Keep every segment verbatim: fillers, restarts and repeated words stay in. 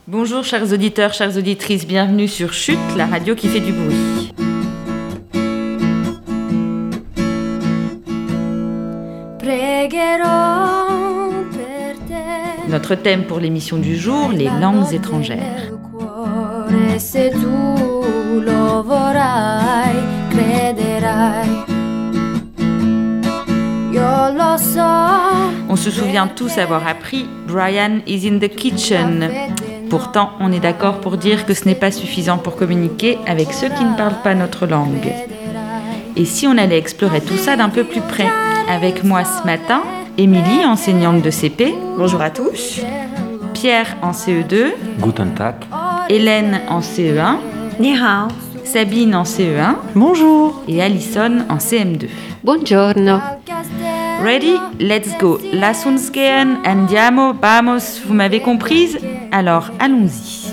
Bonjour chers auditeurs, chères auditrices, bienvenue sur Chut, la radio qui fait du bruit. Notre thème pour l'émission du jour, les langues étrangères. On se souvient tous avoir appris « Brian is in the kitchen ». Pourtant, on est d'accord pour dire que ce n'est pas suffisant pour communiquer avec ceux qui ne parlent pas notre langue. Et si on allait explorer tout ça d'un peu plus près? Avec moi ce matin, Émilie, enseignante de C P. Bonjour à tous. Pierre en C E deux. Guten Tag. Hélène en C E un. Ni hao. Sabine en C E un. Bonjour. Et Alison en C M deux. Buongiorno. Ready? Let's go. Lass uns gehen, andiamo, vamos. Vous m'avez comprise? Alors, allons-y.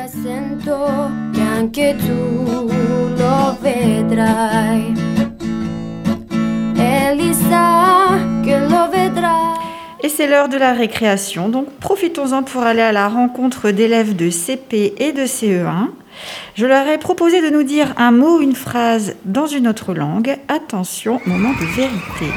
Et c'est l'heure de la récréation, donc profitons-en pour aller à la rencontre d'élèves de C P et de C E un. Je leur ai proposé de nous dire un mot ou une phrase dans une autre langue. Attention, moment de vérité.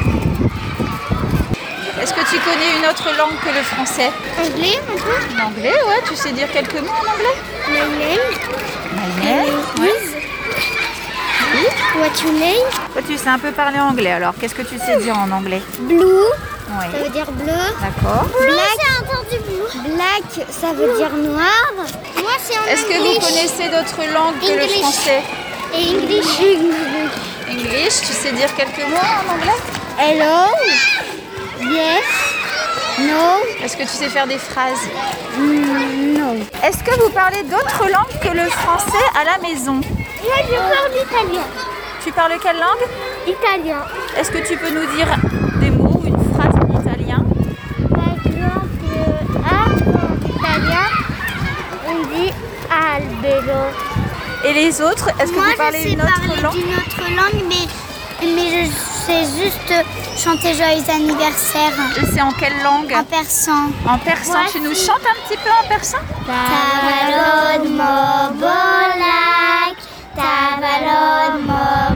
Est-ce que tu connais une autre langue que le français? Anglais, un peu. L'anglais, ouais. Tu sais dire quelques mots en anglais? My name. My name. Is. What you name? Toi, tu sais un peu parler anglais, alors qu'est-ce que tu sais dire en anglais? Blue. Oui. Ça veut dire bleu. D'accord. Black. J'ai entendu blue. Black, ça veut dire noir. Moi, c'est en Est-ce que vous connaissez d'autres langues que le English. français? Et English. English, tu sais dire quelques mots en anglais? Hello. Yes. No. Est-ce que tu sais faire des phrases? Mm, no. Est-ce que vous parlez d'autres langues que le français à la maison? Moi, je parle italien. Tu parles quelle langue? Italien. Est-ce que tu peux nous dire des mots ou une phrase en italien? Par exemple, arbre en italien, on dit albero. Et les autres, est-ce que Moi, vous parlez je sais une autre parler langue? d'une autre langue, mais, mais je sais juste chanter joyeux anniversaire. Et c'est en quelle langue? En persan. En persan, Moi, tu nous si. chantes un petit peu en persan? Tavalon mo bolak, tavalon mo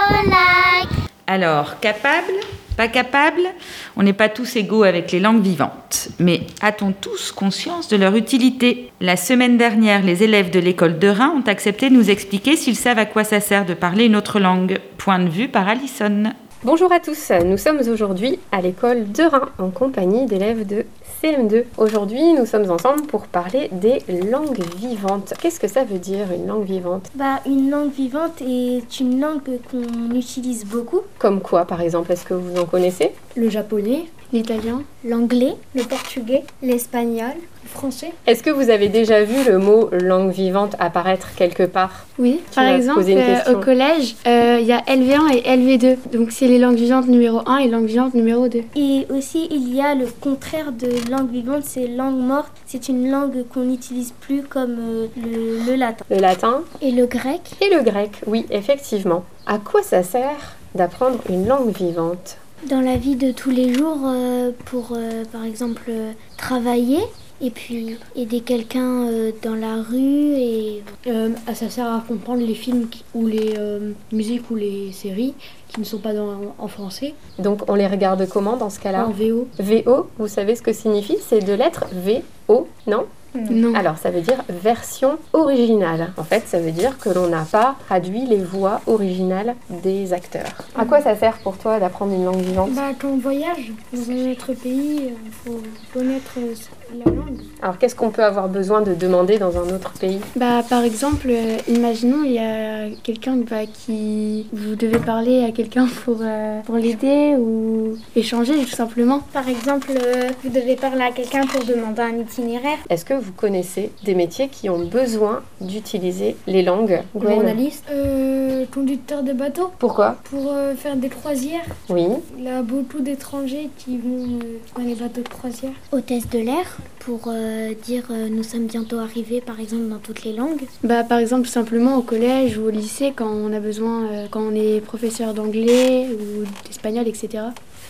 bolak. Alors, capable? Pas capable? On n'est pas tous égaux avec les langues vivantes. Mais a-t-on tous conscience de leur utilité? La semaine dernière, les élèves de l'école de Reims ont accepté de nous expliquer s'ils savent à quoi ça sert de parler une autre langue. Point de vue par Alison. Bonjour à tous, nous sommes aujourd'hui à l'école de Reims en compagnie d'élèves de C M deux. Aujourd'hui, nous sommes ensemble pour parler des langues vivantes. Qu'est-ce que ça veut dire une langue vivante? Bah, une langue vivante est une langue qu'on utilise beaucoup. Comme quoi par exemple? Est-ce que vous en connaissez? Le japonais, l'italien, l'anglais, le portugais, l'espagnol, le français. Est-ce que vous avez déjà vu le mot langue vivante apparaître quelque part? Oui, Tu par vas exemple, poser une euh, question. au collège, euh, il y a L V un et L V deux. Donc, c'est les langues vivantes numéro un et langue vivante numéro deux. Et aussi, il y a le contraire de langue vivante, c'est langue morte. C'est une langue qu'on n'utilise plus comme euh, le, le latin. Le latin Et le grec. et le grec, oui, effectivement. À quoi ça sert d'apprendre une langue vivante? Dans la vie de tous les jours, euh, pour euh, par exemple euh, travailler et puis aider quelqu'un euh, dans la rue. Et euh, ça sert à comprendre les films qui- ou les euh, musiques ou les séries qui ne sont pas dans, en français, Donc on les regarde comment dans ce cas-là? en V O. V O, vous savez ce que signifie? C'est deux lettres V O, non? Non. Alors ça veut dire version originale. En fait, ça veut dire que l'on n'a pas traduit les voix originales des acteurs. À quoi ça sert pour toi d'apprendre une langue vivante? Bah, quand on voyage dans un autre pays, il faut connaître euh, la langue. Alors qu'est-ce qu'on peut avoir besoin de demander dans un autre pays? Bah, par exemple, euh, imaginons il y a quelqu'un bah, qui... Vous devez parler à quelqu'un pour, euh, pour l'aider ou échanger tout simplement. Par exemple, euh, vous devez parler à quelqu'un pour demander un itinéraire. Est-ce que vous connaissez des métiers qui ont besoin d'utiliser les langues? Gwen. Journaliste. Euh, conducteur de bateau Pourquoi? pour euh, faire des croisières. Oui. Il y a beaucoup d'étrangers qui vont euh, dans les bateaux de croisière. Hôtesse de l'air pour euh, dire euh, nous sommes bientôt arrivés par exemple dans toutes les langues. Bah par exemple simplement au collège ou au lycée quand on a besoin, euh, quand on est professeur d'anglais ou d'espagnol et cetera.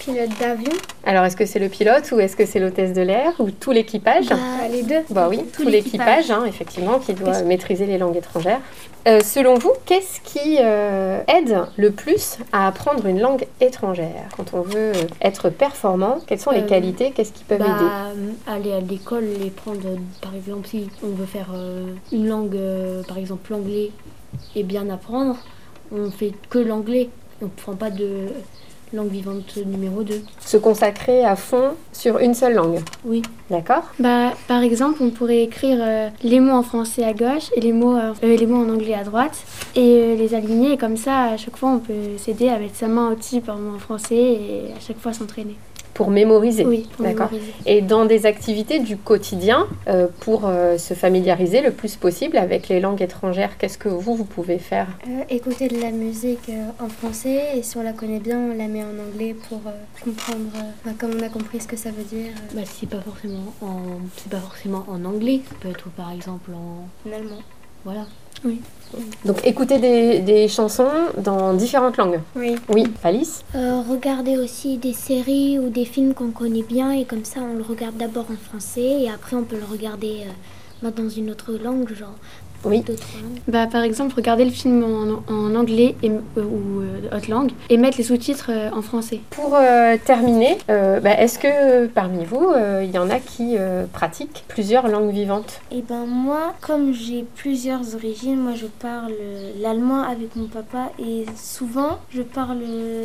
Pilote d'avion. Alors, est-ce que c'est le pilote ou est-ce que c'est l'hôtesse de l'air ou tout l'équipage? Bah, les deux. Bah oui, tout, tout l'équipage, hein, effectivement, qui doit maîtriser les langues étrangères. Euh, selon vous, qu'est-ce qui euh, aide le plus à apprendre une langue étrangère? Quand on veut être performant, quelles sont les euh, qualités? Qu'est-ce qui peut bah, aider? Aller à l'école et prendre, par exemple, si on veut faire euh, une langue, euh, par exemple l'anglais, et bien apprendre, on fait que l'anglais. On ne prend pas de langue vivante numéro deux. Se consacrer à fond sur une seule langue? Oui. D'accord. Bah, par exemple, on pourrait écrire euh, les mots en français à gauche et les mots, euh, les mots en anglais à droite et euh, les aligner. Et comme ça, à chaque fois, on peut s'aider à mettre sa main au-dessus par mot en français et à chaque fois s'entraîner. Pour mémoriser. Oui, pour D'accord. mémoriser. Et dans des activités du quotidien, euh, pour euh, se familiariser le plus possible avec les langues étrangères, qu'est-ce que vous, vous pouvez faire? euh, Écouter de la musique euh, en français et si on la connaît bien, on la met en anglais pour euh, comprendre, euh, bah, comme on a compris ce que ça veut dire. Euh. Bah, c'est pas forcément en, c'est pas forcément en anglais, ça peut être par exemple en, en allemand. Voilà. Oui. Donc écouter des, des chansons dans différentes langues. Oui. Oui, Alice? euh, Regarder aussi des séries ou des films qu'on connaît bien et comme ça on le regarde d'abord en français et après on peut le regarder euh, dans une autre langue, genre oui. d'autres langues. Bah, par exemple, regarder le film en, en anglais et, euh, ou euh, autre langue et mettre les sous-titres euh, en français. Pour euh, terminer, euh, bah, est-ce que parmi vous, il euh, y en a qui euh, pratiquent plusieurs langues vivantes? Et ben moi, comme j'ai plusieurs origines, moi je parle l'allemand avec mon papa et souvent je parle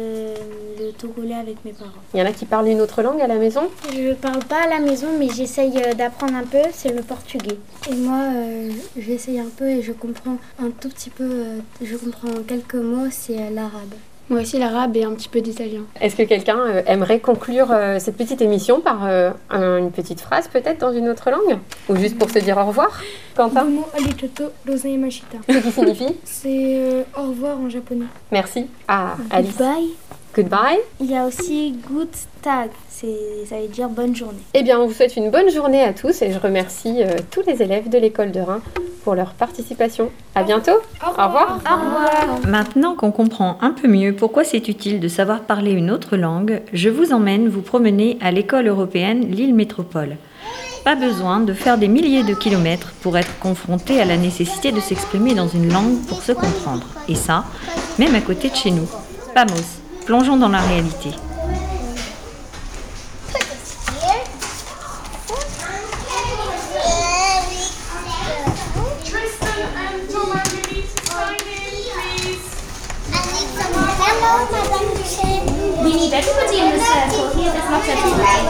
le togolais avec mes parents. Il y en a qui parlent une autre langue à la maison? Je parle pas à la maison, mais j'essaye d'apprendre un peu, c'est le portugais. Et moi, euh, j'essaye un peu et je comprends un tout petit peu, euh, je comprends quelques mots, c'est euh, l'arabe. Moi aussi l'arabe et un petit peu d'italien. Est-ce que quelqu'un euh, aimerait conclure euh, cette petite émission par euh, un, une petite phrase peut-être dans une autre langue? Ou juste pour se dire au revoir? Quentin? Ce qui signifie? C'est euh, au revoir en japonais. Merci. Ah, Alice. Goodbye. Goodbye. Il y a aussi good tag, c'est, ça veut dire bonne journée. Eh bien, on vous souhaite une bonne journée à tous et je remercie euh, tous les élèves de l'école de Reims pour leur participation. À bientôt. Au revoir. Au revoir. Au revoir. Maintenant qu'on comprend un peu mieux pourquoi c'est utile de savoir parler une autre langue, je vous emmène vous promener à l'école européenne Lille Métropole. Pas besoin de faire des milliers de kilomètres pour être confronté à la nécessité de s'exprimer dans une langue pour se comprendre. Et ça, même à côté de chez nous. Vamos, plongeons dans la réalité. We need everybody in the circle. Here, there's not everybody.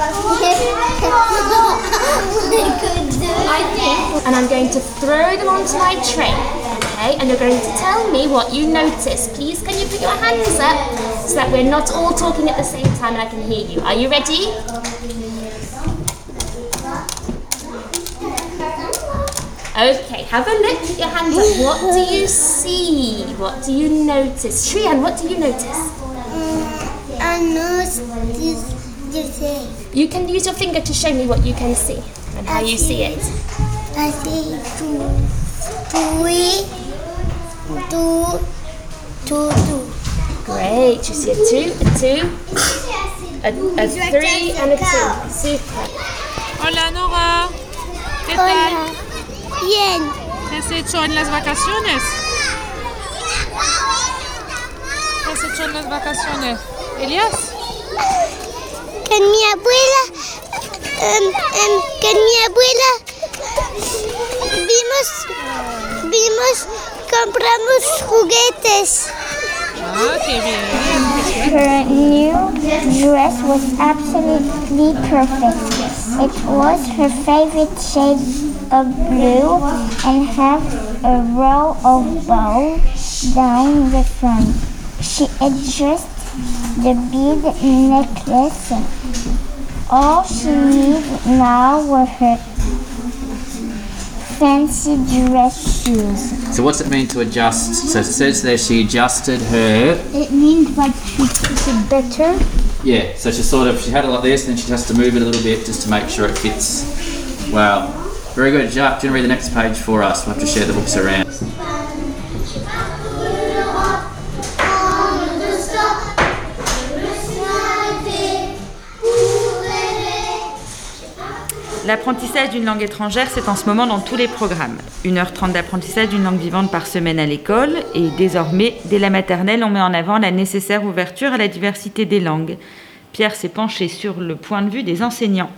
I think, and I'm going to throw them onto my tray, okay? And you're going to tell me what you notice. Please, can you put your hands up so that we're not all talking at the same time and I can hear you. Are you ready? Okay, have a look, put your hands up. What do you see? What do you notice? Shriyan, what do you notice? I notice this. You can use your finger to show me what you can see and how I you see- see it. I see two, three, two, two, two. Great, you see a two, a two, a, a three and a two. Super. Hola Nora, ¿qué tal? Hola. Bien. ¿Qué has hecho en las vacaciones? ¿Qué has hecho en las vacaciones? Elias? Con mi abuela, em, em, con mi abuela vimos, vimos, compramos juguetes. Ah, qué bien. Her new dress was absolutely perfect. It was her favorite shade of blue and had a row of bows down the front. She adjusted the bead necklace. All she needed now were her fancy dress shoes. So what's it mean to adjust? So it says there she adjusted her... It means like she fits it better. Yeah, so she sort of, she had it like this, and then she has to move it a little bit just to make sure it fits. Wow. Very good. Jacques, do you want to read the next page for us? We'll have to share the books around. On the stop, L'apprentissage d'une langue étrangère, c'est en ce moment dans tous les programmes. une heure trente d'apprentissage d'une langue vivante par semaine à l'école. Et désormais, dès la maternelle, on met en avant la nécessaire ouverture à la diversité des langues. Pierre s'est penché sur le point de vue des enseignants.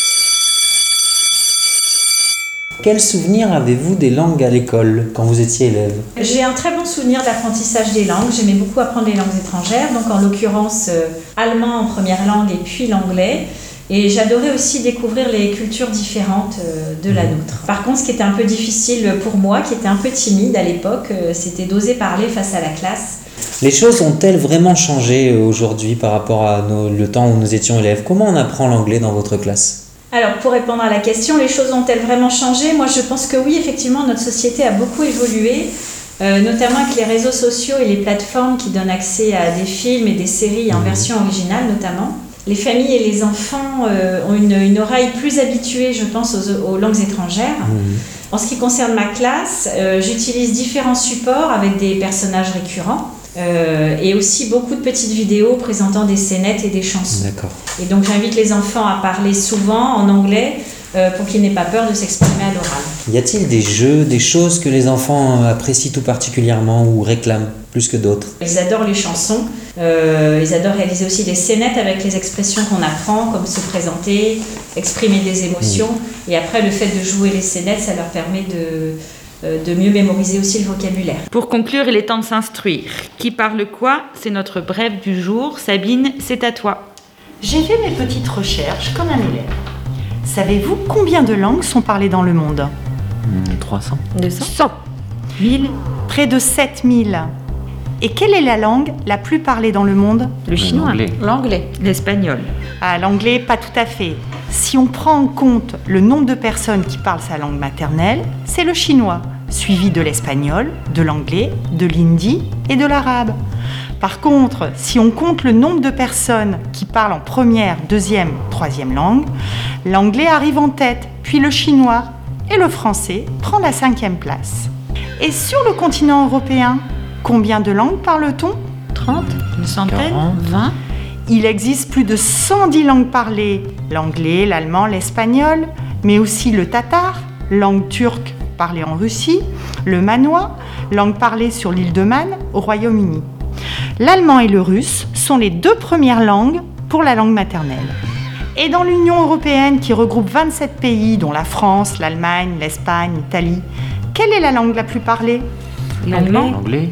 Quel souvenir avez-vous des langues à l'école quand vous étiez élève ? J'ai un très bon souvenir d'apprentissage des langues. J'aimais beaucoup apprendre les langues étrangères, donc en l'occurrence euh, allemand en première langue et puis l'anglais. Et j'adorais aussi découvrir les cultures différentes euh, de la nôtre. Par contre, ce qui était un peu difficile pour moi, qui était un peu timide à l'époque, euh, c'était d'oser parler face à la classe. Les choses ont-elles vraiment changé aujourd'hui par rapport à nos, le temps où nous étions élèves ? Comment on apprend l'anglais dans votre classe ? Alors, pour répondre à la question, les choses ont-elles vraiment changé ? Moi, je pense que oui, effectivement, notre société a beaucoup évolué, euh, notamment avec les réseaux sociaux et les plateformes qui donnent accès à des films et des séries en version originale, notamment. Les familles et les enfants euh, ont une, une oreille plus habituée, je pense, aux, aux langues étrangères. Mmh. En ce qui concerne ma classe, euh, j'utilise différents supports avec des personnages récurrents. Euh, et aussi beaucoup de petites vidéos présentant des scénettes et des chansons. D'accord. Et donc j'invite les enfants à parler souvent en anglais euh, pour qu'ils n'aient pas peur de s'exprimer à l'oral. Y a-t-il des jeux, des choses que les enfants apprécient tout particulièrement ou réclament plus que d'autres ? Ils adorent les chansons, euh, ils adorent réaliser aussi des scénettes avec les expressions qu'on apprend, comme se présenter, exprimer des émotions. Mmh. Et après, le fait de jouer les scénettes, ça leur permet de... de mieux mémoriser aussi le vocabulaire. Pour conclure, il est temps de s'instruire. Qui parle quoi ? C'est notre brève du jour. Sabine, c'est à toi. J'ai fait mes petites recherches comme un élève. Savez-vous combien de langues sont parlées dans le monde ? mmh, trois cents. deux cents. cent. mille. Près de sept mille. Et quelle est la langue la plus parlée dans le monde ? Le chinois. L'anglais. L'anglais. L'espagnol. Ah, l'anglais, pas tout à fait. Si on prend en compte le nombre de personnes qui parlent sa langue maternelle, c'est le chinois, suivi de l'espagnol, de l'anglais, de l'hindi et de l'arabe. Par contre, si on compte le nombre de personnes qui parlent en première, deuxième, troisième langue, l'anglais arrive en tête, puis le chinois, et le français prend la cinquième place. Et sur le continent européen, combien de langues parle-t-on ? trente, une centaine, vingt. Il existe plus de cent dix langues parlées, l'anglais, l'allemand, l'espagnol, mais aussi le tatar, langue turque parlée en Russie, le manois, langue parlée sur l'île de Man au Royaume-Uni. L'allemand et le russe sont les deux premières langues pour la langue maternelle. Et dans l'Union européenne qui regroupe vingt-sept pays, dont la France, l'Allemagne, l'Espagne, l'Italie, quelle est la langue la plus parlée ? L'allemand. L'anglais.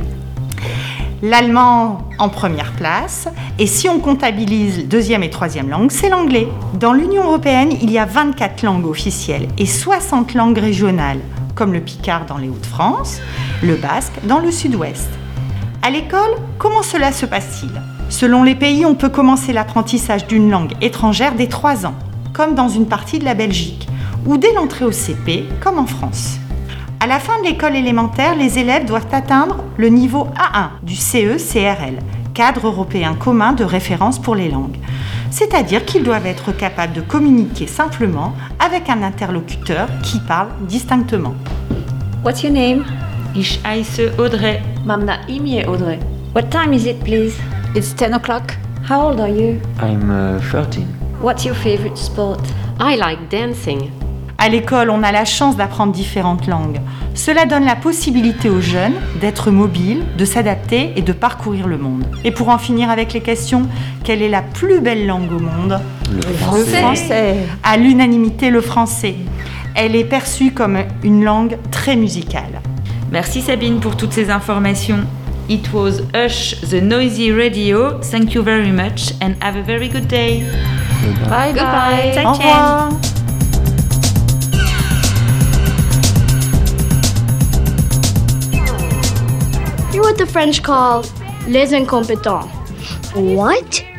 L'allemand en première place, et si on comptabilise deuxième et troisième langue, c'est l'anglais. Dans l'Union européenne, il y a vingt-quatre langues officielles et soixante langues régionales, comme le picard dans les Hauts-de-France, le basque dans le sud-ouest. À l'école, comment cela se passe-t-il ? Selon les pays, on peut commencer l'apprentissage d'une langue étrangère dès trois ans, comme dans une partie de la Belgique, ou dès l'entrée au C P, comme en France. À la fin de l'école élémentaire, les élèves doivent atteindre le niveau A un du C E C R L, Cadre européen commun de référence pour les langues. C'est-à-dire qu'ils doivent être capables de communiquer simplement avec un interlocuteur qui parle distinctement. What's your name? Ich heiße Audrey. Mamna imię Audrey. What time is it, please? It's ten o'clock. How old are you? I'm uh, thirteen. What's your favorite sport? I like dancing. À l'école, on a la chance d'apprendre différentes langues. Cela donne la possibilité aux jeunes d'être mobiles, de s'adapter et de parcourir le monde. Et pour en finir avec les questions, quelle est la plus belle langue au monde ? Le français. Le français. À l'unanimité, le français. Elle est perçue comme une langue très musicale. Merci Sabine pour toutes ces informations. It was Hush, the Noisy Radio. Thank you very much and have a very good day. Bye bye. Goodbye. Au revoir. You're what the French call les incompétents. What?